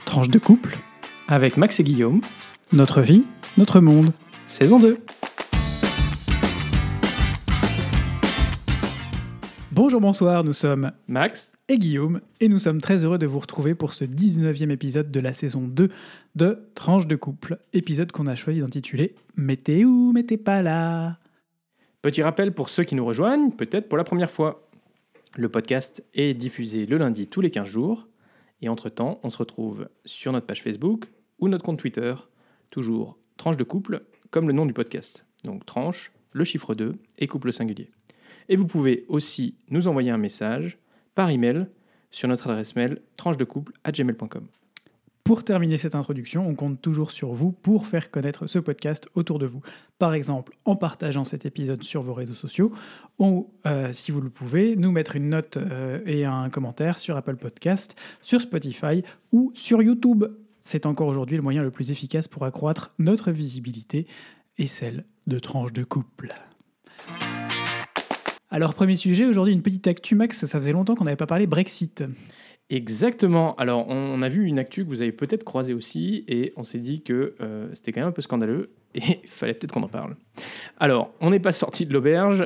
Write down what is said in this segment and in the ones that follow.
Tranche de couple, avec Max et Guillaume, notre vie, notre monde. saison 2. Bonjour, bonsoir, nous sommes Max et Guillaume, et nous sommes très heureux de vous retrouver pour ce 19e épisode de la saison 2 de Tranche de couple, épisode qu'on a choisi d'intituler « Mais t'es où, mais t'es pas là ?» Petit rappel pour ceux qui nous rejoignent, peut-être pour la première fois. Le podcast est diffusé le lundi tous les 15 jours, et entre-temps, on se retrouve sur notre page Facebook ou notre compte Twitter, toujours Tranche de couple, comme le nom du podcast. Donc tranche, le chiffre 2 et couple singulier. Et vous pouvez aussi nous envoyer un message par email sur notre adresse mail tranchedecouple@gmail.com. Pour terminer cette introduction, on compte toujours sur vous pour faire connaître ce podcast autour de vous. Par exemple, en partageant cet épisode sur vos réseaux sociaux, ou, si vous le pouvez, nous mettre une note et un commentaire sur Apple Podcast, sur Spotify ou sur YouTube. C'est encore aujourd'hui le moyen le plus efficace pour accroître notre visibilité et celle de Tranche de couple. Alors, premier sujet, aujourd'hui, une petite actu, Max. Ça faisait longtemps qu'on n'avait pas parlé Brexit. Exactement. Alors, on a vu une actu que vous avez peut-être croisée aussi, et on s'est dit que c'était quand même un peu scandaleux, et il fallait peut-être qu'on en parle. Alors, on n'est pas sorti de l'auberge,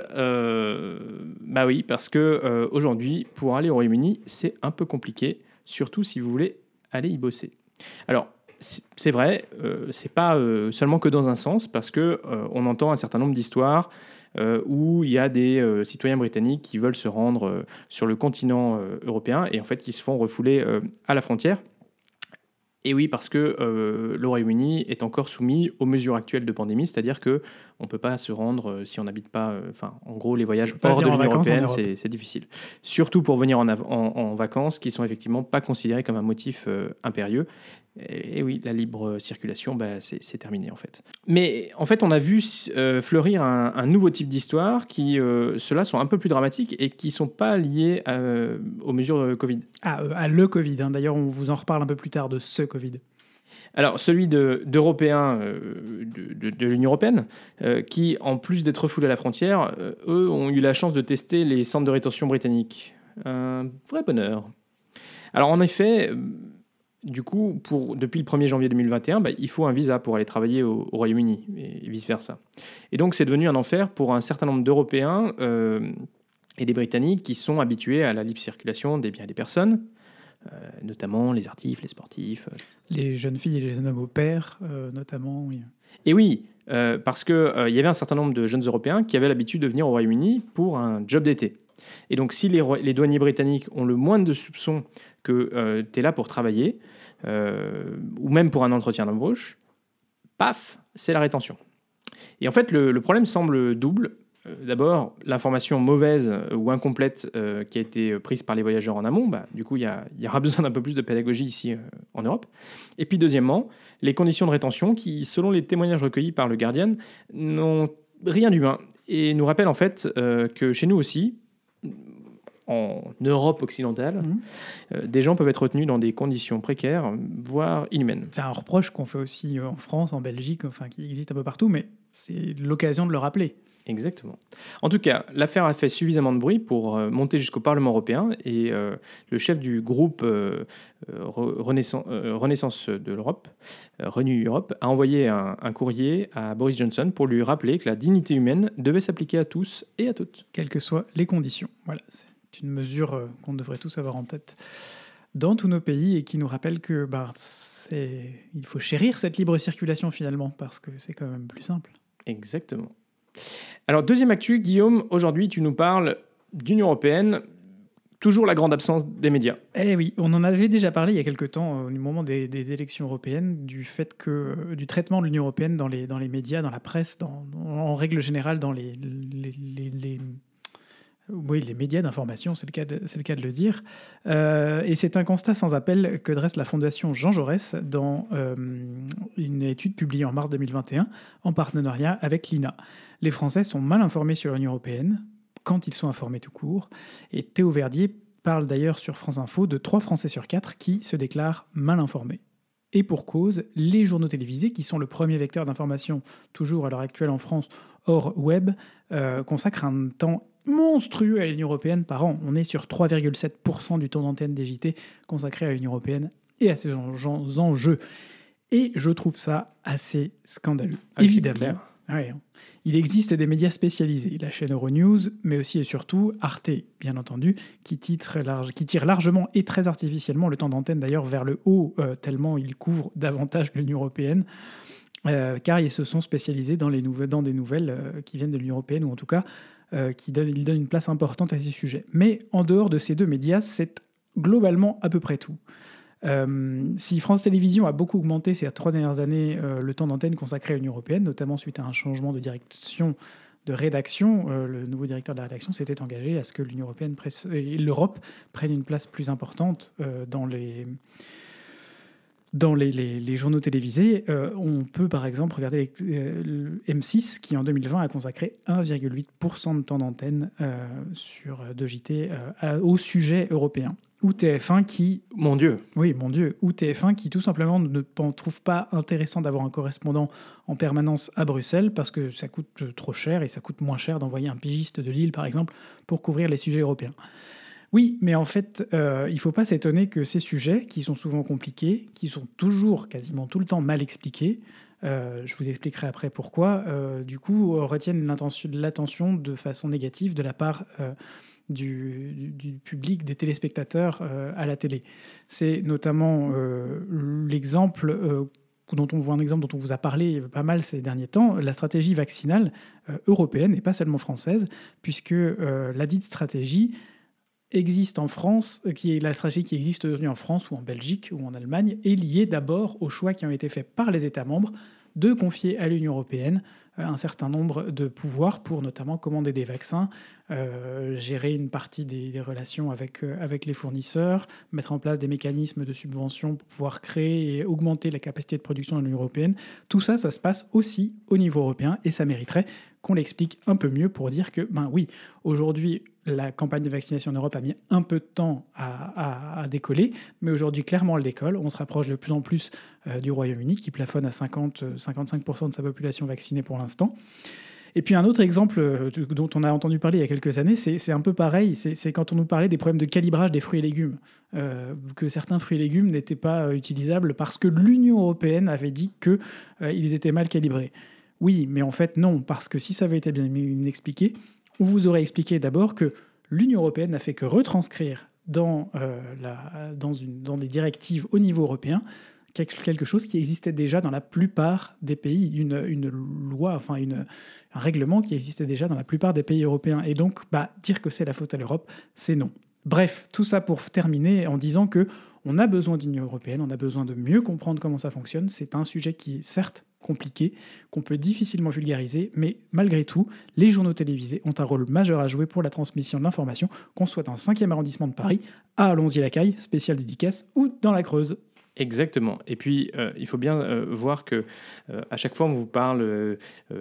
bah oui, parce que aujourd'hui, pour aller au Royaume-Uni, c'est un peu compliqué, surtout si vous voulez aller y bosser. Alors, c'est vrai, c'est pas seulement que dans un sens, parce que on entend un certain nombre d'histoires où il y a des citoyens britanniques qui veulent se rendre sur le continent européen et en fait qui se font refouler à la frontière. Et oui, parce que le Royaume-Uni est encore soumis aux mesures actuelles de pandémie, c'est-à-dire qu'on ne peut pas se rendre si on n'habite pas... en gros, les voyages hors de l'Union européenne, c'est difficile. Surtout pour venir en vacances, qui sont effectivement pas considérés comme un motif impérieux. Et oui, la libre circulation, c'est terminé en fait. Mais en fait, on a vu fleurir un nouveau type d'histoire qui, ceux-là, sont un peu plus dramatiques et qui ne sont pas liés aux mesures Covid. À le Covid, hein. D'ailleurs, on vous en reparle un peu plus tard de ce Covid. Alors, celui d'Européens de l'Union européenne, qui, en plus d'être refoulés à la frontière, eux ont eu la chance de tester les centres de rétention britanniques. Un vrai bonheur. Alors, en effet... Du coup, depuis le 1er janvier 2021, il faut un visa pour aller travailler au Royaume-Uni et vice-versa. Et donc, c'est devenu un enfer pour un certain nombre d'Européens et des Britanniques qui sont habitués à la libre circulation des biens et des personnes, notamment les artistes, les sportifs. Les jeunes filles et les jeunes hommes au pair, notamment, oui. Et oui, parce qu'il y avait un certain nombre de jeunes Européens qui avaient l'habitude de venir au Royaume-Uni pour un job d'été. Et donc, si les douaniers britanniques ont le moindre de soupçon que tu es là pour travailler, ou même pour un entretien d'embauche, paf, c'est la rétention. Et en fait, le problème semble double. D'abord, l'information mauvaise ou incomplète qui a été prise par les voyageurs en amont, du coup, il y aura besoin d'un peu plus de pédagogie ici en Europe. Et puis, deuxièmement, les conditions de rétention qui, selon les témoignages recueillis par le Guardian, n'ont rien d'humain et nous rappellent en fait que chez nous aussi, en Europe occidentale, des gens peuvent être retenus dans des conditions précaires, voire inhumaines. C'est un reproche qu'on fait aussi en France, en Belgique, qui existe un peu partout, mais c'est l'occasion de le rappeler. Exactement. En tout cas, l'affaire a fait suffisamment de bruit pour monter jusqu'au Parlement européen et le chef du groupe Renaissance de l'Europe, Renew Europe, a envoyé un courrier à Boris Johnson pour lui rappeler que la dignité humaine devait s'appliquer à tous et à toutes. Quelles que soient les conditions. Voilà, c'est une mesure qu'on devrait tous avoir en tête dans tous nos pays et qui nous rappelle que il faut chérir cette libre circulation finalement, parce que c'est quand même plus simple. Exactement. Alors, deuxième actu, Guillaume, aujourd'hui tu nous parles d'Union européenne, toujours la grande absence des médias. Eh oui, on en avait déjà parlé il y a quelque temps, au moment des élections européennes, du traitement de l'Union européenne dans les médias, dans la presse, en règle générale dans les médias d'information, c'est le cas de le dire. Et c'est un constat sans appel que dresse la Fondation Jean Jaurès dans une étude publiée en mars 2021 en partenariat avec l'INA. Les Français sont mal informés sur l'Union européenne, quand ils sont informés tout court. Et Théo Verdier parle d'ailleurs sur France Info de 3 Français sur 4 qui se déclarent mal informés. Et pour cause, les journaux télévisés, qui sont le premier vecteur d'information, toujours à l'heure actuelle en France, hors web, consacrent un temps monstrueux à l'Union européenne par an. On est sur 3,7% du temps d'antenne des JT consacré à l'Union européenne et à ces enjeux. Et je trouve ça assez scandaleux. Ah, Évidemment. Ouais, hein. Il existe des médias spécialisés, la chaîne Euronews, mais aussi et surtout Arte, bien entendu, qui tire largement et très artificiellement le temps d'antenne d'ailleurs vers le haut, tellement il couvre davantage l'Union européenne, car ils se sont spécialisés dans des nouvelles qui viennent de l'Union européenne, ou en tout cas, ils donnent une place importante à ces sujets. Mais en dehors de ces deux médias, c'est globalement à peu près tout. Si France Télévisions a beaucoup augmenté ces 3 dernières années le temps d'antenne consacré à l'Union européenne, notamment suite à un changement de direction de rédaction, le nouveau directeur de la rédaction s'était engagé à ce que l'Union européenne et l'Europe prennent une place plus importante dans les journaux télévisés. On peut par exemple regarder M6 qui en 2020 a consacré 1,8% de temps d'antenne sur 2JT au sujet européen. Ou TF1 qui... Mon Dieu. Oui, mon Dieu. Ou TF1 qui tout simplement ne trouve pas intéressant d'avoir un correspondant en permanence à Bruxelles parce que ça coûte trop cher et ça coûte moins cher d'envoyer un pigiste de Lille, par exemple, pour couvrir les sujets européens. Oui, mais en fait, il ne faut pas s'étonner que ces sujets, qui sont souvent compliqués, qui sont toujours, quasiment tout le temps mal expliqués, je vous expliquerai après pourquoi, du coup, retiennent l'attention de façon négative de la part du public, des téléspectateurs à la télé. C'est notamment l'exemple dont on vous a parlé pas mal ces derniers temps, la stratégie vaccinale européenne et pas seulement française, puisque la dite stratégie existe en France, qui est la stratégie qui existe aujourd'hui en France ou en Belgique ou en Allemagne, est liée d'abord aux choix qui ont été faits par les États membres de confier à l'Union européenne un certain nombre de pouvoirs pour notamment commander des vaccins, gérer une partie des relations avec les fournisseurs, mettre en place des mécanismes de subvention pour pouvoir créer et augmenter la capacité de production de l'Union européenne. Tout ça, ça se passe aussi au niveau européen et ça mériterait qu'on l'explique un peu mieux pour dire que, ben oui, aujourd'hui, la campagne de vaccination en Europe a mis un peu de temps à décoller, mais aujourd'hui, clairement, elle décolle. On se rapproche de plus en plus du Royaume-Uni, qui plafonne à 55% de sa population vaccinée pour l'instant. Et puis un autre exemple dont on a entendu parler il y a quelques années, c'est un peu pareil, c'est quand on nous parlait des problèmes de calibrage des fruits et légumes, que certains fruits et légumes n'étaient pas utilisables parce que l'Union européenne avait dit qu'ils étaient mal calibrés. Oui, mais en fait non, parce que si ça avait été bien expliqué, on vous aurait expliqué d'abord que l'Union européenne n'a fait que retranscrire dans des directives au niveau européen quelque chose qui existait déjà dans la plupart des pays, une loi, enfin un règlement qui existait déjà dans la plupart des pays européens. Et donc, dire que c'est la faute à l'Europe, c'est non. Bref, tout ça pour terminer en disant que on a besoin d'Union européenne, on a besoin de mieux comprendre comment ça fonctionne. C'est un sujet qui est certes compliqué, qu'on peut difficilement vulgariser, mais malgré tout, les journaux télévisés ont un rôle majeur à jouer pour la transmission de l'information, qu'on soit dans le 5e arrondissement de Paris, à Allons-y-la-Caille, spécial dédicace, ou dans la Creuse. Exactement. Et puis, il faut bien voir que à chaque fois, on vous parle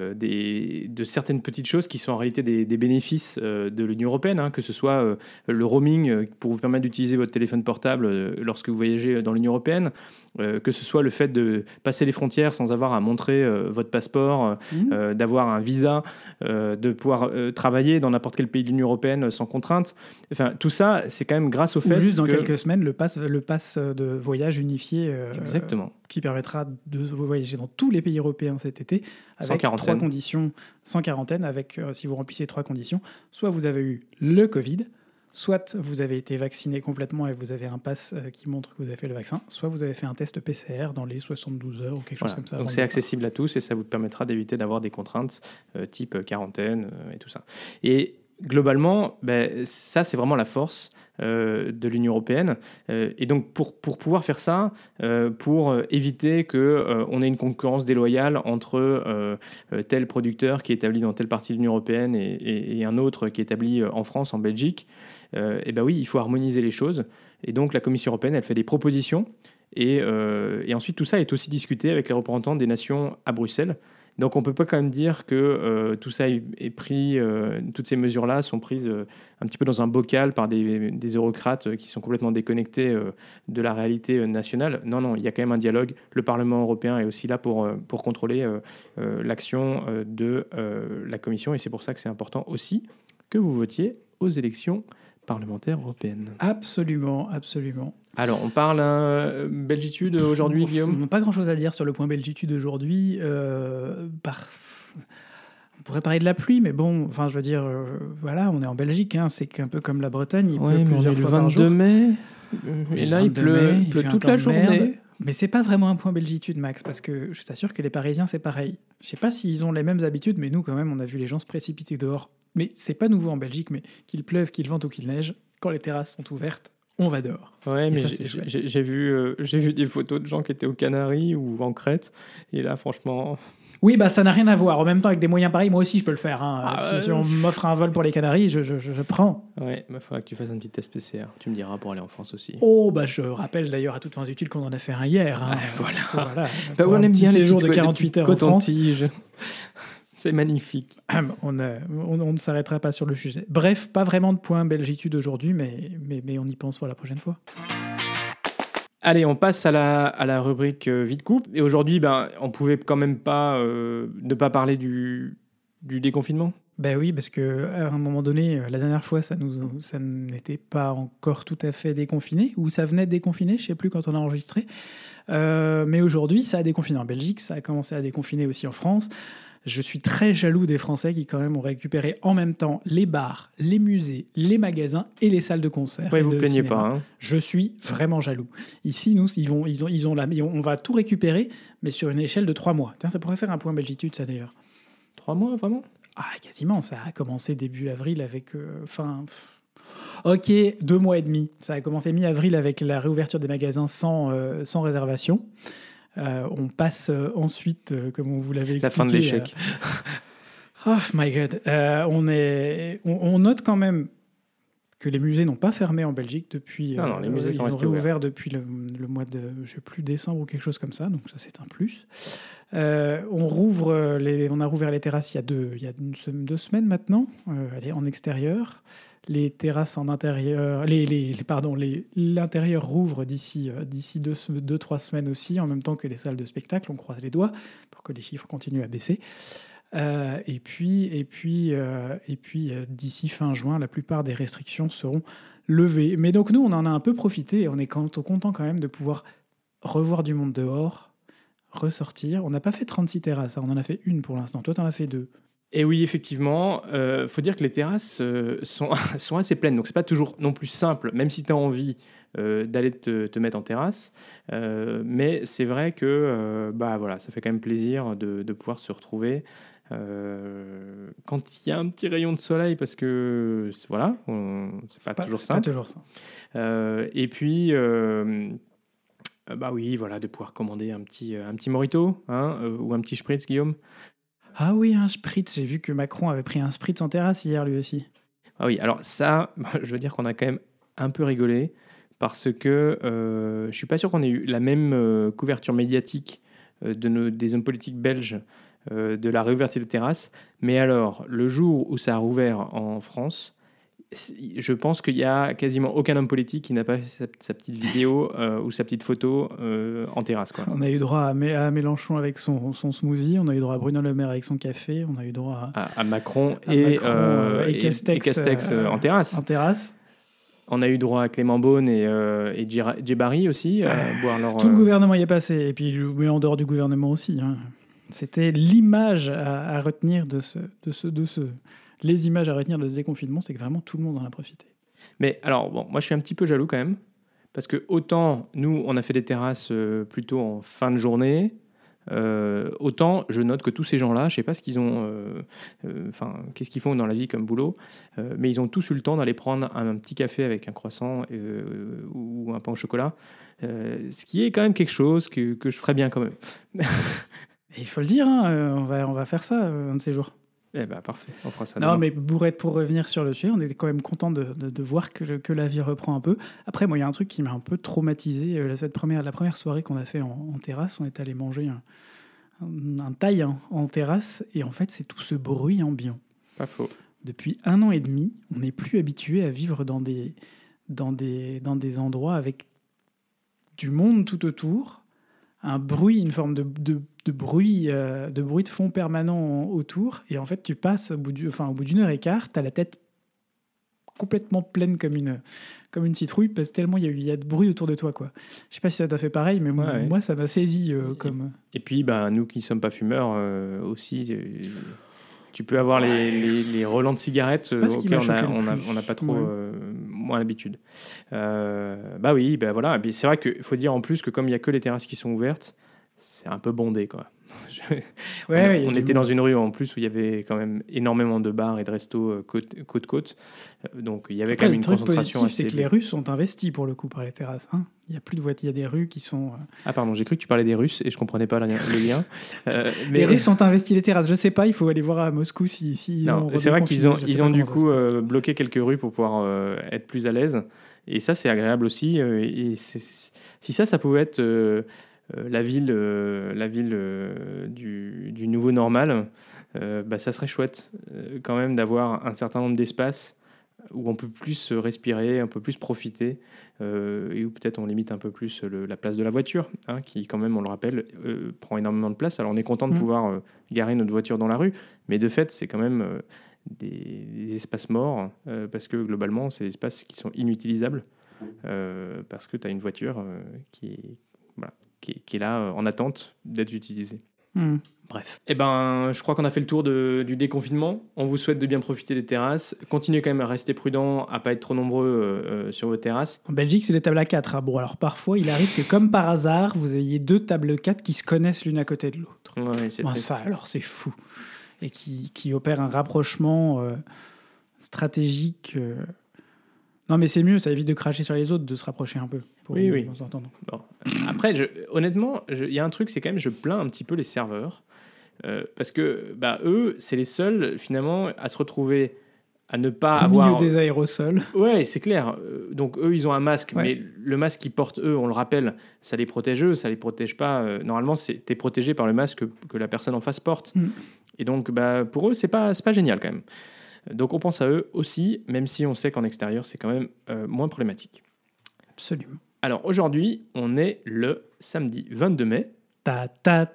de certaines petites choses qui sont en réalité des bénéfices de l'Union européenne, hein, que ce soit le roaming pour vous permettre d'utiliser votre téléphone portable lorsque vous voyagez dans l'Union européenne, que ce soit le fait de passer les frontières sans avoir à montrer votre passeport, d'avoir un visa, de pouvoir travailler dans n'importe quel pays de l'Union européenne sans contrainte. Enfin, tout ça, c'est quand même grâce au fait juste dans quelques semaines, le pass de voyage unifié exactement. Qui permettra de voyager dans tous les pays européens cet été avec 3 conditions, sans quarantaine, avec, si vous remplissez 3 conditions, soit vous avez eu le Covid, soit vous avez été vacciné complètement et vous avez un pass qui montre que vous avez fait le vaccin, soit vous avez fait un test PCR dans les 72 heures ou quelque chose comme ça. Donc c'est accessible à tous et ça vous permettra d'éviter d'avoir des contraintes type quarantaine et tout ça. Et globalement, ça c'est vraiment la force de l'Union européenne. Et donc pour pouvoir faire ça, pour éviter qu'on ait une concurrence déloyale entre tel producteur qui est établi dans telle partie de l'Union européenne et un autre qui est établi en France, en Belgique, oui, il faut harmoniser les choses. Et donc la Commission européenne, elle fait des propositions. Et ensuite, tout ça est aussi discuté avec les représentants des nations à Bruxelles. Donc on ne peut pas quand même dire que tout ça est pris, toutes ces mesures-là sont prises un petit peu dans un bocal par des eurocrates qui sont complètement déconnectés de la réalité nationale. Non, il y a quand même un dialogue. Le Parlement européen est aussi là pour contrôler l'action de la Commission et c'est pour ça que c'est important aussi que vous votiez aux élections parlementaire européenne. Absolument, absolument. Alors, on parle belgitude aujourd'hui, Guillaume ? Pas grand-chose à dire sur le point belgitude aujourd'hui. On pourrait parler de la pluie, mais bon, enfin, je veux dire, voilà, on est en Belgique, hein, c'est un peu comme la Bretagne, il pleut plusieurs fois par jour. Le 22 mai, et là, il pleut toute la journée. Mais c'est pas vraiment un point belgitude, Max, parce que je t'assure que les Parisiens, c'est pareil. Je sais pas s'ils ont les mêmes habitudes, mais nous, quand même, on a vu les gens se précipiter dehors. Mais c'est pas nouveau en Belgique, mais qu'il pleuve, qu'il vente ou qu'il neige, quand les terrasses sont ouvertes, on va dehors. Ouais, mais j'ai vu des photos de gens qui étaient aux Canaries ou en Crète, et là, franchement... Oui, bah ça n'a rien à voir. En même temps, avec des moyens pareils, moi aussi, je peux le faire. Hein. Si on m'offre un vol pour les Canaries, je prends. Ouais, il faudra que tu fasses un petit test PCR. Tu me diras pour aller en France aussi. Oh, bah je rappelle d'ailleurs à toutes fins utiles qu'on en a fait un hier. Hein. Voilà. Bah, on aime bien les jours de 48 heures en France. C'est magnifique. On ne s'arrêtera pas sur le sujet. Bref, pas vraiment de point belgitude aujourd'hui, mais on y pense pour la prochaine fois. Allez, on passe à la rubrique vite coupe. Et aujourd'hui, on pouvait quand même pas ne pas parler du déconfinement. Ben oui, parce qu'à un moment donné, la dernière fois, ça n'était pas encore tout à fait déconfiné, ou ça venait de déconfiner, je ne sais plus quand on a enregistré. Mais aujourd'hui, ça a déconfiné en Belgique, ça a commencé à déconfiner aussi en France. Je suis très jaloux des Français qui, quand même, ont récupéré en même temps les bars, les musées, les magasins et les salles de concert. Ouais, vous plaignez pas. Hein. Je suis vraiment jaloux. Ici, nous, on va tout récupérer, mais sur une échelle de 3 mois. Tiens, ça pourrait faire un point belgitude, ça d'ailleurs. 3 mois, vraiment ? Ah, quasiment. Ça a commencé début avril avec Ok, 2 mois et demi. Ça a commencé mi-avril avec la réouverture des magasins sans réservation. On passe ensuite, comme vous l'avez expliqué... La fin de l'échec. Oh my God. On note quand même que les musées n'ont pas fermé en Belgique depuis... Non, les musées sont restés ouverts depuis le mois de, je sais plus, décembre ou quelque chose comme ça. Donc ça, c'est un plus. On a rouvert les terrasses il y a 2 semaines maintenant, en extérieur. Les terrasses en intérieur, l'intérieur rouvre d'ici 2-3 semaines aussi, en même temps que les salles de spectacle. On croise les doigts pour que les chiffres continuent à baisser. Et puis, d'ici fin juin, la plupart des restrictions seront levées. Mais donc nous, on en a un peu profité et on est content quand même de pouvoir revoir du monde dehors, ressortir. On n'a pas fait 36 terrasses, on en a fait une pour l'instant. Toi, tu en as fait 2. Et oui, effectivement, faut dire que les terrasses sont assez pleines. Donc, c'est pas toujours non plus simple, même si tu as envie d'aller te mettre en terrasse. Mais c'est vrai que voilà, ça fait quand même plaisir de pouvoir se retrouver quand il y a un petit rayon de soleil, parce que voilà, c'est pas toujours simple. Pas toujours ça. Et puis... oui, voilà, de pouvoir commander un petit mojito ou un petit spritz, Guillaume. Ah oui, un spritz. J'ai vu que Macron avait pris un spritz en terrasse hier, lui aussi. Ah oui, alors ça, je veux dire qu'on a quand même un peu rigolé parce que je suis pas sûr qu'on ait eu la même couverture médiatique des hommes politiques belges de la réouverture des terrasses. Mais alors, le jour où ça a rouvert en France, je pense qu'il y a quasiment aucun homme politique qui n'a pas fait sa petite vidéo ou sa petite photo en terrasse, quoi. On a eu droit à Mélenchon avec son smoothie, on a eu droit à Bruno Le Maire avec son café, on a eu droit à Macron et Castex en terrasse. En terrasse. On a eu droit à Clément Beaune et Djebari aussi. Boire leur, tout le gouvernement y est passé, et puis mais en dehors du gouvernement aussi. Hein. C'était l'image à retenir les images à retenir de ce déconfinement, c'est que vraiment tout le monde en a profité. Mais alors, bon, moi je suis un petit peu jaloux quand même, parce que autant nous, on a fait des terrasses plutôt en fin de journée, autant je note que tous ces gens-là, je ne sais pas ce qu'ils ont, qu'est-ce qu'ils font dans la vie comme boulot, mais ils ont tous eu le temps d'aller prendre un petit café avec un croissant ou un pain au chocolat, ce qui est quand même quelque chose que je ferais bien quand même. Il faut le dire, hein, on va faire ça un de ces jours. Eh ben parfait, on fera ça. Non, mais pour revenir sur le sujet, on était quand même content de voir que la vie reprend un peu. Après, moi, il y a un truc qui m'a un peu traumatisé. La première soirée qu'on a fait en terrasse, on est allé manger un thaï en terrasse, et en fait, c'est tout ce bruit ambiant. Pas faux. Depuis 1 an et demi, on n'est plus habitué à vivre dans des endroits avec du monde tout autour, un bruit, une forme de bruit de fond permanent autour, et en fait tu passes au bout d'1 heure et quart, tu as la tête complètement pleine comme une citrouille, parce que tellement il y a de bruit autour de toi, quoi. Je sais pas si ça t'a fait pareil, mais moi ça m'a saisi comme... Et puis, nous qui ne sommes pas fumeurs aussi, tu peux avoir les relents de cigarettes auxquels on n'a pas trop moins l'habitude. Oui, voilà. Et puis, c'est vrai qu'il faut dire en plus que comme il n'y a que les terrasses qui sont ouvertes, c'est un peu bondé, quoi. On était dans une rue en plus où il y avait quand même énormément de bars et de restos côte. Donc il y avait quand même une concentration. Le truc positif, c'est que les rues sont investies pour le coup par les terrasses. Hein. Il n'y a plus de voitures, il y a des rues qui sont. Ah pardon, j'ai cru que tu parlais des Russes et je comprenais pas le lien. Mais... Les Russes ont investi les terrasses. Je sais pas, il faut aller voir à Moscou si non, c'est vrai qu'ils ont du coup bloqué quelques rues pour pouvoir être plus à l'aise. Et ça, c'est agréable aussi. Et si ça pouvait être la ville du nouveau normal, ça serait chouette quand même d'avoir un certain nombre d'espaces où on peut plus respirer, un peu plus profiter, et où peut-être on limite un peu plus la place de la voiture, hein, qui quand même, on le rappelle, prend énormément de place. Alors on est content de pouvoir garer notre voiture dans la rue, mais de fait c'est quand même des espaces morts, parce que globalement c'est des espaces qui sont inutilisables, parce que tu as une voiture qui est là en attente d'être utilisée. Bref. Je crois qu'on a fait le tour du déconfinement. On vous souhaite de bien profiter des terrasses. Continuez quand même à rester prudent, à pas être trop nombreux sur vos terrasses. En Belgique, c'est des tables à 4. Hein. Bon, alors parfois, il arrive que comme par hasard, vous ayez 2 tables 4 qui se connaissent l'une à côté de l'autre. Ça, alors, c'est fou. Et qui opère un rapprochement stratégique. Non, mais c'est mieux, ça évite de cracher sur les autres, de se rapprocher un peu. Oui. Bon. Après, honnêtement, il y a un truc, c'est quand même, je plains un petit peu les serveurs, parce que eux, c'est les seuls, finalement, à se retrouver à ne pas avoir... Au milieu des aérosols. Ouais, c'est clair. Donc, eux, ils ont un masque, mais le masque qu'ils portent, eux, on le rappelle, ça les protège, eux, ça les protège pas. Normalement, t'es protégé par le masque que la personne en face porte. Et donc, pour eux, c'est pas génial, quand même. Donc on pense à eux aussi, même si on sait qu'en extérieur, c'est quand même moins problématique. Absolument. Alors aujourd'hui, on est le samedi 22 mai. Ça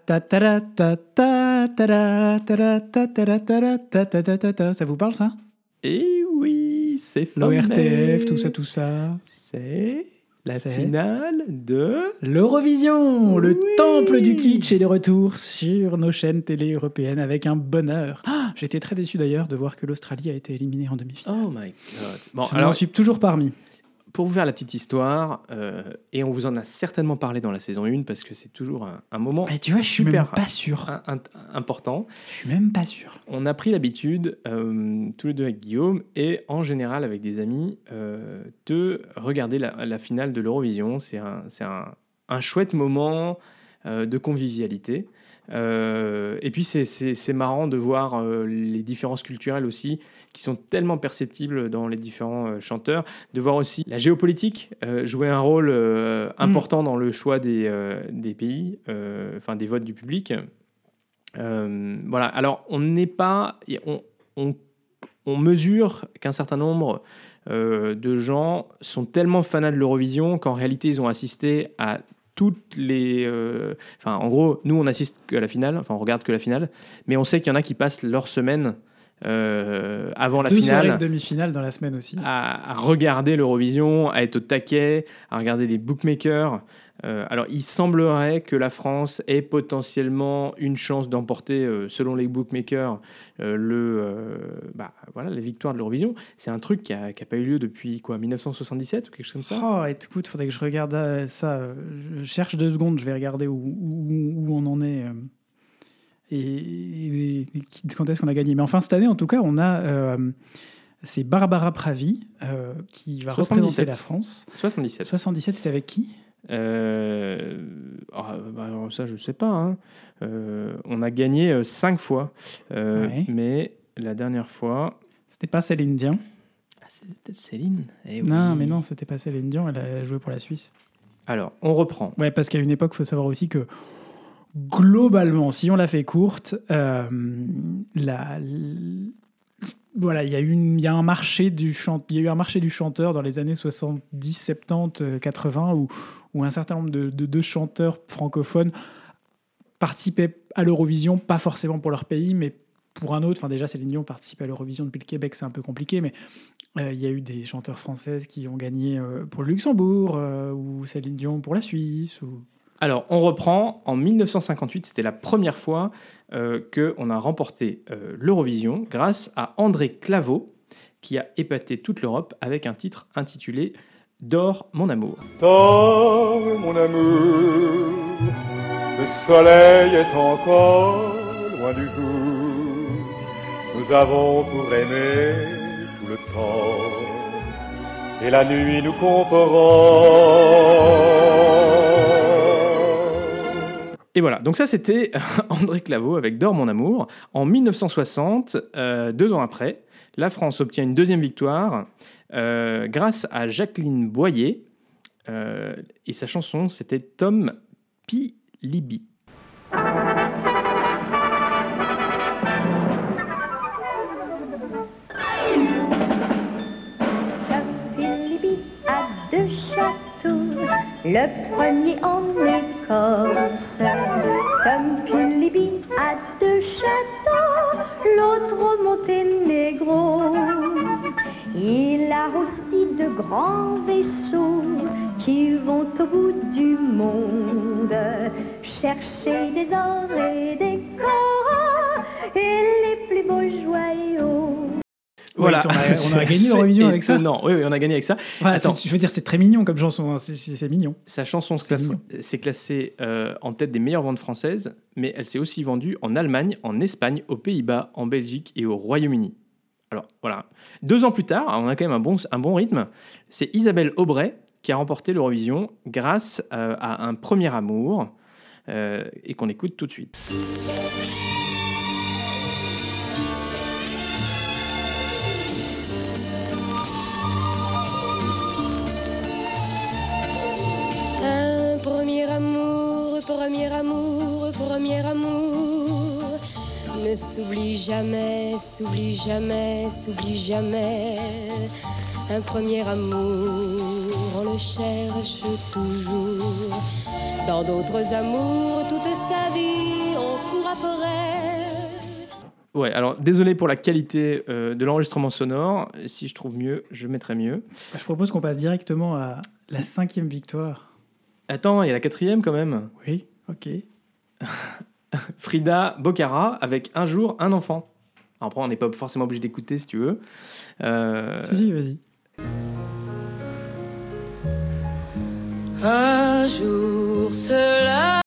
vous parle, ça ? Eh oui, c'est formel. L'ORTF, tout ça. C'est la finale de... l'Eurovision, le temple du kitsch est de retour sur nos chaînes télé européennes avec un bonheur. J'étais très déçu d'ailleurs de voir que l'Australie a été éliminée en demi-finale. Oh my God. Bon, alors, je suis toujours parmi. Pour vous faire la petite histoire, et on vous en a certainement parlé dans la saison 1 parce que c'est toujours un moment tu vois, je suis même pas sûr. Important. Je suis même pas sûr. On a pris l'habitude, tous les deux avec Guillaume, et en général avec des amis, de regarder la finale de l'Eurovision. C'est un chouette moment de convivialité. Et puis c'est marrant de voir les différences culturelles aussi qui sont tellement perceptibles dans les différents chanteurs, de voir aussi la géopolitique jouer un rôle important dans le choix des pays, des votes du public. Voilà. Alors on n'est pas, on mesure qu'un certain nombre de gens sont tellement fanats de l'Eurovision qu'en réalité ils ont assisté à toutes les... en gros, nous, on assiste que à la finale, on regarde que la finale, mais on sait qu'il y en a qui passent leur semaine avant la finale... 2 soirées de demi-finale dans la semaine aussi. À regarder l'Eurovision, à être au taquet, à regarder les bookmakers. Alors, il semblerait que la France ait potentiellement une chance d'emporter, selon les bookmakers, la victoire de l'Eurovision. C'est un truc qui a pas eu lieu depuis 1977 ou quelque chose comme ça. Oh, écoute, il faudrait que je regarde ça. Je cherche 2 secondes, je vais regarder où on en est et quand est-ce qu'on a gagné. Mais enfin, cette année, en tout cas, on a... c'est Barbara Pravi qui va 77. Représenter la France. 77. 77, c'était avec qui ? Alors ça je sais pas hein. On a gagné 5 fois mais la dernière fois c'était pas Céline Dion. C'était peut-être Céline. Non mais non, c'était pas Céline Dion, elle a joué pour la Suisse. Alors on reprend parce qu'à une époque il faut savoir aussi que globalement, si on la fait courte, voilà, il y a eu un marché du chanteur dans les années 70, 70, 80 où un certain nombre de chanteurs francophones participaient à l'Eurovision, pas forcément pour leur pays, mais pour un autre. Enfin, déjà, Céline Dion participe à l'Eurovision depuis le Québec, c'est un peu compliqué, mais il y a eu des chanteurs françaises qui ont gagné pour le Luxembourg, ou Céline Dion pour la Suisse. Alors, on reprend. En 1958, c'était la première fois qu'on a remporté l'Eurovision grâce à André Claveau, qui a épaté toute l'Europe avec un titre intitulé « Dors, mon amour ». Dors, mon amour, le soleil est encore loin du jour. Nous avons pour aimer tout le temps, et la nuit nous comprend. Et voilà, donc ça c'était André Claveau avec « Dors, mon amour ». En 1960, 2 ans après, la France obtient une deuxième victoire grâce à Jacqueline Boyer, et sa chanson c'était Tom Pilibi. Pilibi a 2 châteaux, le premier en Écosse. Tom Pilibi a 2 châteaux, l'autre au Monténégro. Il a aussi de grands vaisseaux qui vont au bout du monde chercher des ors et des coraux et les plus beaux joyaux. Voilà, on a gagné l'Eurovision avec ça. Non, oui, on a gagné avec ça. Voilà, Attends. je veux dire, c'est très mignon comme chanson, hein. C'est mignon. Sa chanson s'est classée en tête des meilleures ventes françaises, mais elle s'est aussi vendue en Allemagne, en Espagne, aux Pays-Bas, en Belgique et au Royaume-Uni. Alors voilà, 2 ans plus tard, on a quand même un bon rythme. C'est Isabelle Aubray qui a remporté l'Eurovision grâce à Un premier amour, et qu'on écoute tout de suite. Un premier amour, premier amour, premier amour ne s'oublie jamais, s'oublie jamais, s'oublie jamais. Un premier amour, on le cherche toujours. Dans d'autres amours, toute sa vie, on court après. Ouais, alors désolé pour la qualité de l'enregistrement sonore. Si je trouve mieux, je mettrai mieux. Je propose qu'on passe directement à la 5e victoire. Attends, il y a la 4e quand même. Oui, ok. Frida Bocara avec Un jour, un enfant. Alors après, on n'est pas forcément obligé d'écouter si tu veux. Oui, vas-y. Un jour cela.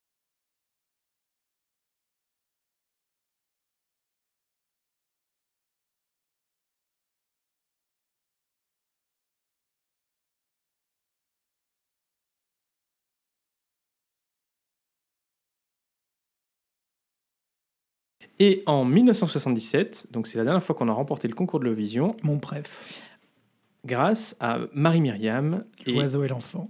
Et en 1977, donc c'est la dernière fois qu'on a remporté le concours de l'Eurovision, Mon préf. grâce à Marie-Myriam. L'oiseau et l'enfant.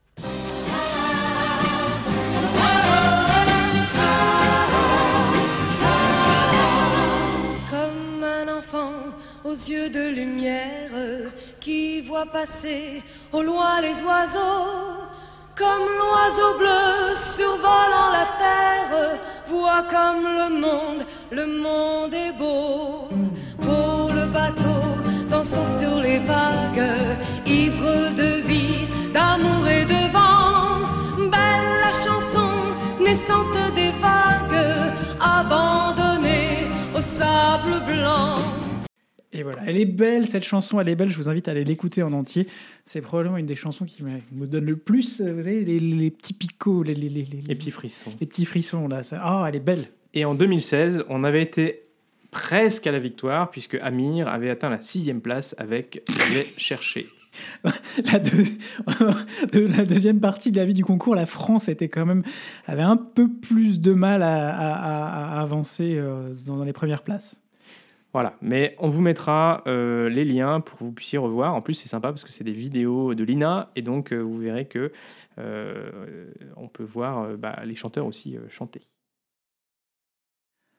Comme un enfant aux yeux de lumière qui voit passer au loin les oiseaux. Comme l'oiseau bleu survolant la terre, voit comme le monde est beau. Pour le bateau dansant sur les vagues, ivre de vie, d'amour et de vent. Belle la chanson naissante des vagues, abandonnée au sable blanc. Et voilà, elle est belle cette chanson, elle est belle, je vous invite à aller l'écouter en entier. C'est probablement une des chansons qui me donne le plus, vous savez, les petits picots, les petits frissons. Les petits frissons, là. Elle est belle. Et en 2016, on avait été presque à la victoire, puisque Amir avait atteint la 6e place avec « Je vais chercher ». La deuxième partie de la vie du concours, la France avait un peu plus de mal à avancer dans les premières places. Voilà, mais on vous mettra les liens pour que vous puissiez revoir. En plus, c'est sympa parce que c'est des vidéos de l'INA, et donc vous verrez que on peut voir les chanteurs aussi chanter.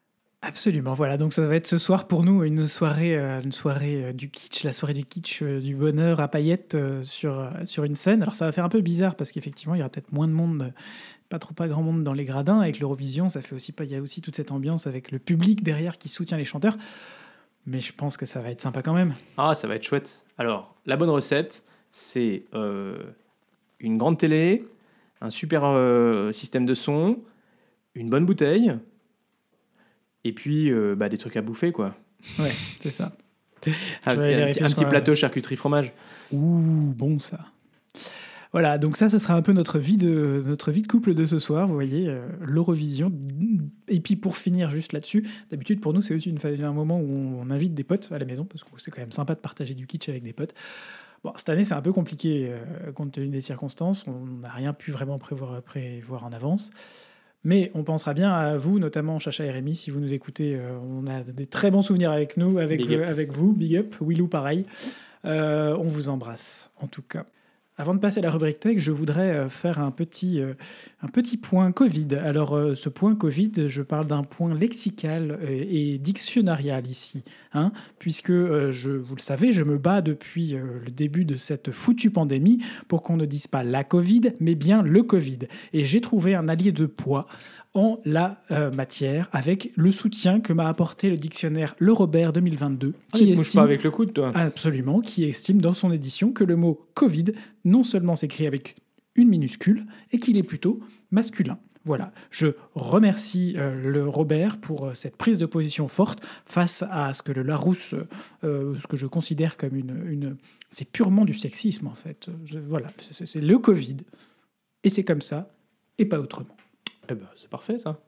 Absolument, voilà, donc ça va être ce soir pour nous une soirée du kitsch, la soirée du kitsch, du bonheur à paillettes sur une scène. Alors ça va faire un peu bizarre parce qu'effectivement il y aura peut-être moins de monde, pas grand monde dans les gradins. Avec l'Eurovision, ça fait aussi il y a aussi toute cette ambiance avec le public derrière qui soutient les chanteurs. Mais je pense que ça va être sympa quand même. Ah, ça va être chouette. Alors, la bonne recette, c'est une grande télé, un super système de son, une bonne bouteille, et puis des trucs à bouffer, quoi. Ouais, c'est ça. Un petit plateau charcuterie fromage. Ouh, bon ça. Voilà, donc ça, ce sera un peu notre vie de couple de ce soir, vous voyez, l'Eurovision. Et puis pour finir juste là-dessus, d'habitude pour nous, c'est aussi un moment où on invite des potes à la maison, parce que c'est quand même sympa de partager du kitsch avec des potes. Bon, cette année, c'est un peu compliqué compte tenu des circonstances, on n'a rien pu vraiment prévoir en avance. Mais on pensera bien à vous, notamment Chacha et Rémi, si vous nous écoutez. On a des très bons souvenirs avec nous, avec vous. Big up. Willou, pareil. On vous embrasse, en tout cas. Avant de passer à la rubrique tech, je voudrais faire un petit point Covid. Alors, ce point Covid, je parle d'un point lexical et dictionnarial ici, hein, puisque, vous le savez, je me bats depuis le début de cette foutue pandémie pour qu'on ne dise pas la Covid, mais bien le Covid. Et j'ai trouvé un allié de poids en la matière avec le soutien que m'a apporté le dictionnaire Le Robert 2022. Qui ne bouge pas avec le coude, toi. Absolument, qui estime dans son édition que le mot Covid non seulement s'écrit avec une minuscule et qu'il est plutôt masculin. Voilà, je remercie le Robert pour cette prise de position forte face à ce que le Larousse, ce que je considère comme c'est purement du sexisme en fait. Voilà, c'est le Covid et c'est comme ça et pas autrement. Eh ben, c'est parfait, ça.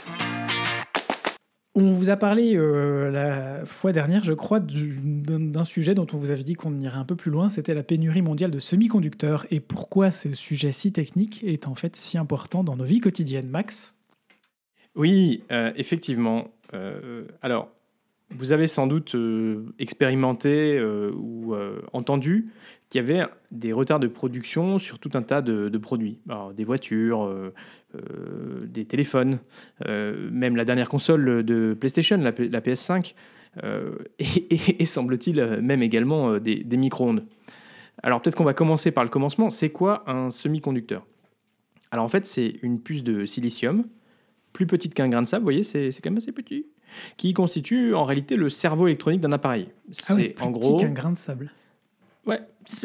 On vous a parlé la fois dernière, je crois, d'un sujet dont on vous avait dit qu'on irait un peu plus loin. C'était la pénurie mondiale de semi-conducteurs. Et pourquoi ce sujet si technique est en fait si important dans nos vies quotidiennes, Max ? Oui, effectivement. Alors, vous avez sans doute expérimenté ou entendu qu'il y avait des retards de production sur tout un tas de produits. Alors, des voitures, des téléphones, même la dernière console de PlayStation, la PS5, et semble-t-il même également des micro-ondes. Alors peut-être qu'on va commencer par le commencement. C'est quoi un semi-conducteur ? Alors en fait, c'est une puce de silicium, plus petite qu'un grain de sable, vous voyez, c'est quand même assez petit, qui constitue en réalité le cerveau électronique d'un appareil. C'est plus petit qu'un grain de sable. Ouais,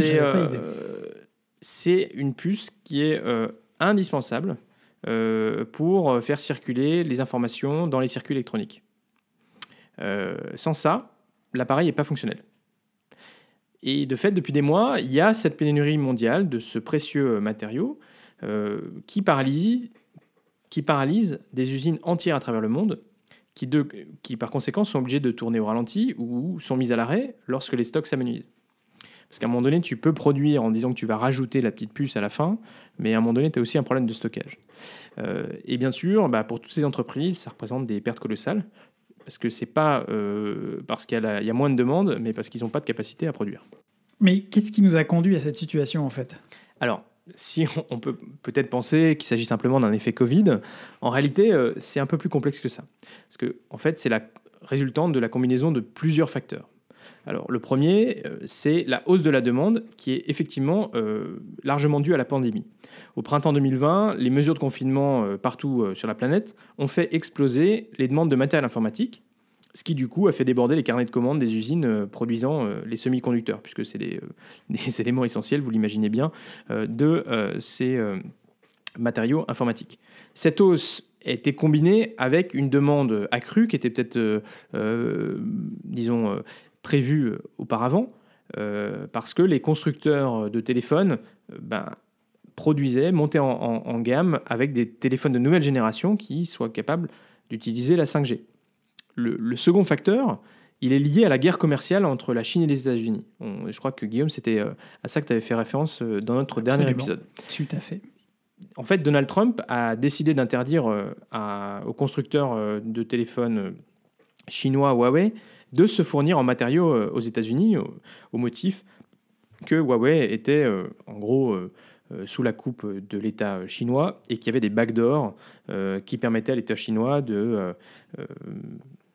c'est une puce qui est indispensable pour faire circuler les informations dans les circuits électroniques. Sans ça, l'appareil n'est pas fonctionnel. Et de fait, depuis des mois, il y a cette pénurie mondiale de ce précieux matériau qui paralyse des usines entières à travers le monde, qui par conséquent sont obligées de tourner au ralenti ou sont mises à l'arrêt lorsque les stocks s'amenuisent. Parce qu'à un moment donné, tu peux produire en disant que tu vas rajouter la petite puce à la fin, mais à un moment donné, tu as aussi un problème de stockage. Et bien sûr, pour toutes ces entreprises, ça représente des pertes colossales, parce que c'est pas parce qu'il y a moins de demandes, mais parce qu'ils n'ont pas de capacité à produire. Mais qu'est-ce qui nous a conduit à cette situation, en fait ? Alors, si on peut peut-être penser qu'il s'agit simplement d'un effet Covid, en réalité, c'est un peu plus complexe que ça. Parce que, en fait, c'est la résultante de la combinaison de plusieurs facteurs. Alors, le premier, c'est la hausse de la demande qui est effectivement largement due à la pandémie. Au printemps 2020, les mesures de confinement partout sur la planète ont fait exploser les demandes de matériel informatique, ce qui du coup a fait déborder les carnets de commandes des usines produisant les semi-conducteurs, puisque c'est des éléments essentiels, vous l'imaginez bien, de ces matériaux informatiques. Cette hausse a été combinée avec une demande accrue qui était peut-être, prévue auparavant, parce que les constructeurs de téléphones produisaient, montaient en gamme avec des téléphones de nouvelle génération qui soient capables d'utiliser la 5G. Le second facteur, il est lié à la guerre commerciale entre la Chine et les États-Unis. Je crois que Guillaume, c'était à ça que tu avais fait référence dans notre dernier épisode. Tout à fait. En fait, Donald Trump a décidé d'interdire aux constructeurs de téléphones chinois Huawei de se fournir en matériaux aux États-Unis au motif que Huawei était en gros sous la coupe de l'État chinois et qu'il y avait des backdoors qui permettaient à l'État chinois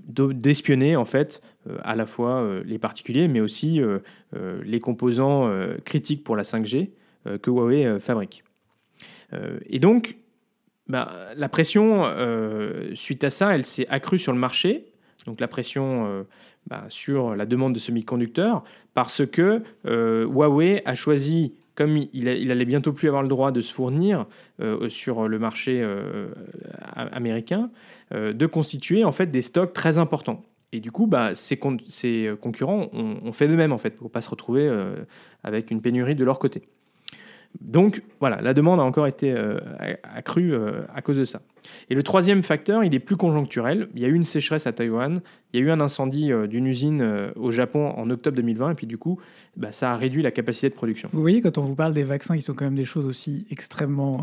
d'espionner en fait à la fois les particuliers, mais aussi les composants critiques pour la 5G que Huawei fabrique. Et donc, la pression, suite à ça, elle s'est accrue sur le marché. Donc la pression sur la demande de semi-conducteurs, parce que Huawei a choisi, comme il allait bientôt plus avoir le droit de se fournir sur le marché américain, de constituer en fait des stocks très importants. Et du coup, ses concurrents ont fait de même en fait, pour ne pas se retrouver avec une pénurie de leur côté. Donc voilà, la demande a encore été accrue à cause de ça. Et le troisième facteur, il est plus conjoncturel. Il y a eu une sécheresse à Taïwan, il y a eu un incendie d'une usine au Japon en octobre 2020, et puis du coup, ça a réduit la capacité de production. Vous voyez, quand on vous parle des vaccins, qui sont quand même des choses aussi extrêmement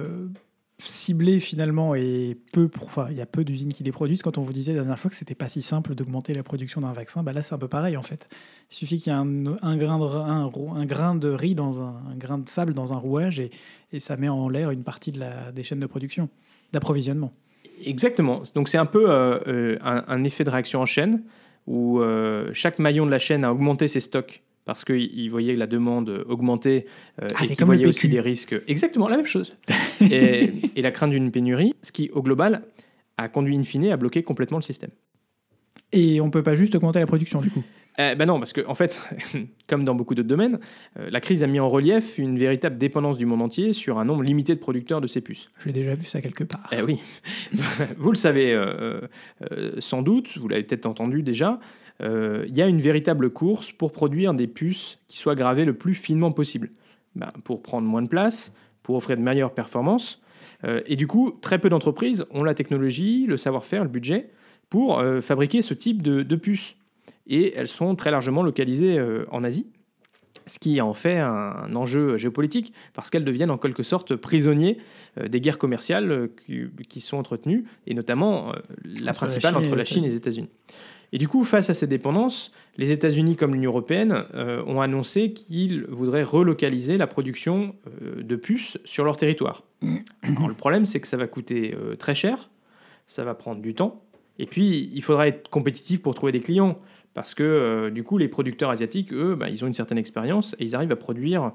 ciblées finalement, et il y a peu d'usines qui les produisent. Quand on vous disait la dernière fois que c'était pas si simple d'augmenter la production d'un vaccin, là c'est un peu pareil en fait. Il suffit qu'il y ait un grain de riz dans un grain de sable dans un rouage et ça met en l'air une partie des chaînes de production, d'approvisionnement. Exactement. Donc c'est un peu un effet de réaction en chaîne où chaque maillon de la chaîne a augmenté ses stocks parce qu'il voyait la demande augmenter et qu'il voyait aussi les risques. Exactement, la même chose. et la crainte d'une pénurie, ce qui, au global, a conduit in fine à bloquer complètement le système. Et on ne peut pas juste augmenter la production, du coup ? Non, parce que, en fait, comme dans beaucoup d'autres domaines, la crise a mis en relief une véritable dépendance du monde entier sur un nombre limité de producteurs de ces puces. J'ai déjà vu ça quelque part. Oui. Vous le savez sans doute, vous l'avez peut-être entendu déjà, il y a une véritable course pour produire des puces qui soient gravées le plus finement possible, pour prendre moins de place, pour offrir de meilleures performances. Et du coup, très peu d'entreprises ont la technologie, le savoir-faire, le budget pour fabriquer ce type de puces. Et elles sont très largement localisées en Asie, ce qui en fait un enjeu géopolitique, parce qu'elles deviennent en quelque sorte prisonniers des guerres commerciales qui sont entretenues, et notamment la principale entre la Chine et les États-Unis. Et du coup, face à ces dépendances, les États-Unis comme l'Union européenne ont annoncé qu'ils voudraient relocaliser la production de puces sur leur territoire. Alors, le problème, c'est que ça va coûter très cher, ça va prendre du temps, et puis il faudra être compétitif pour trouver des clients, parce que du coup, les producteurs asiatiques, eux, ils ont une certaine expérience et ils arrivent à produire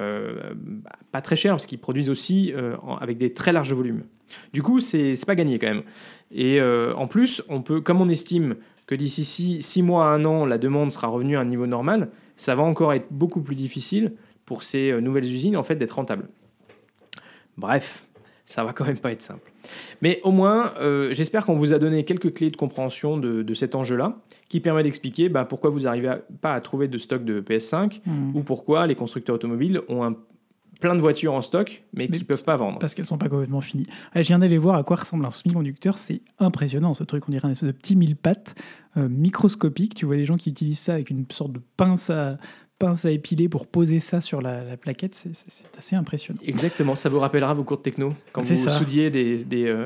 pas très cher, parce qu'ils produisent aussi avec des très larges volumes. Du coup, c'est pas gagné quand même. Et en plus, comme on estime que d'ici 6 mois à 1 an, la demande sera revenue à un niveau normal, ça va encore être beaucoup plus difficile pour ces nouvelles usines en fait, d'être rentables. Bref, ça va quand même pas être simple. Mais au moins, j'espère qu'on vous a donné quelques clés de compréhension de cet enjeu-là, qui permet d'expliquer pourquoi vous n'arrivez pas à trouver de stock de PS5, ou pourquoi les constructeurs automobiles ont plein de voitures en stock, mais qui ne peuvent pas vendre. Parce qu'elles ne sont pas complètement finies. Je viens d'aller voir à quoi ressemble un semi-conducteur. C'est impressionnant, ce truc. On dirait un espèce de petit mille-pattes microscopique. Tu vois des gens qui utilisent ça avec une sorte de pince à épiler pour poser ça sur la plaquette. C'est assez impressionnant. Exactement. Ça vous rappellera vos cours de techno, quand vous soudiez des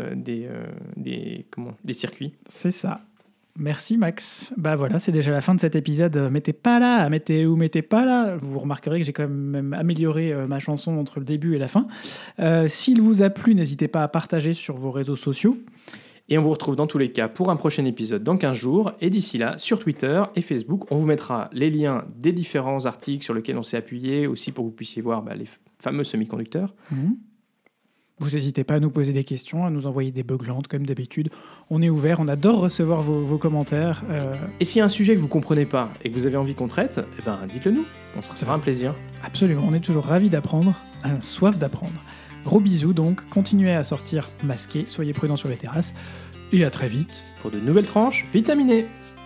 circuits. C'est ça. Merci Max. Voilà, c'est déjà la fin de cet épisode. Mettez pas là, mettez pas là. Vous remarquerez que j'ai quand même amélioré ma chanson entre le début et la fin. S'il vous a plu, n'hésitez pas à partager sur vos réseaux sociaux. Et on vous retrouve dans tous les cas pour un prochain épisode dans 15 jours. Et d'ici là, sur Twitter et Facebook, on vous mettra les liens des différents articles sur lesquels on s'est appuyé, aussi pour que vous puissiez voir les fameux semi-conducteurs. Vous n'hésitez pas à nous poser des questions, à nous envoyer des beuglantes comme d'habitude. On est ouvert, on adore recevoir vos commentaires. Et s'il y a un sujet que vous ne comprenez pas et que vous avez envie qu'on traite, dites-le nous, ça sera un plaisir. Absolument, on est toujours ravis d'apprendre, soif d'apprendre. Gros bisous donc, continuez à sortir masqués, soyez prudents sur les terrasses, et à très vite pour de nouvelles tranches vitaminées.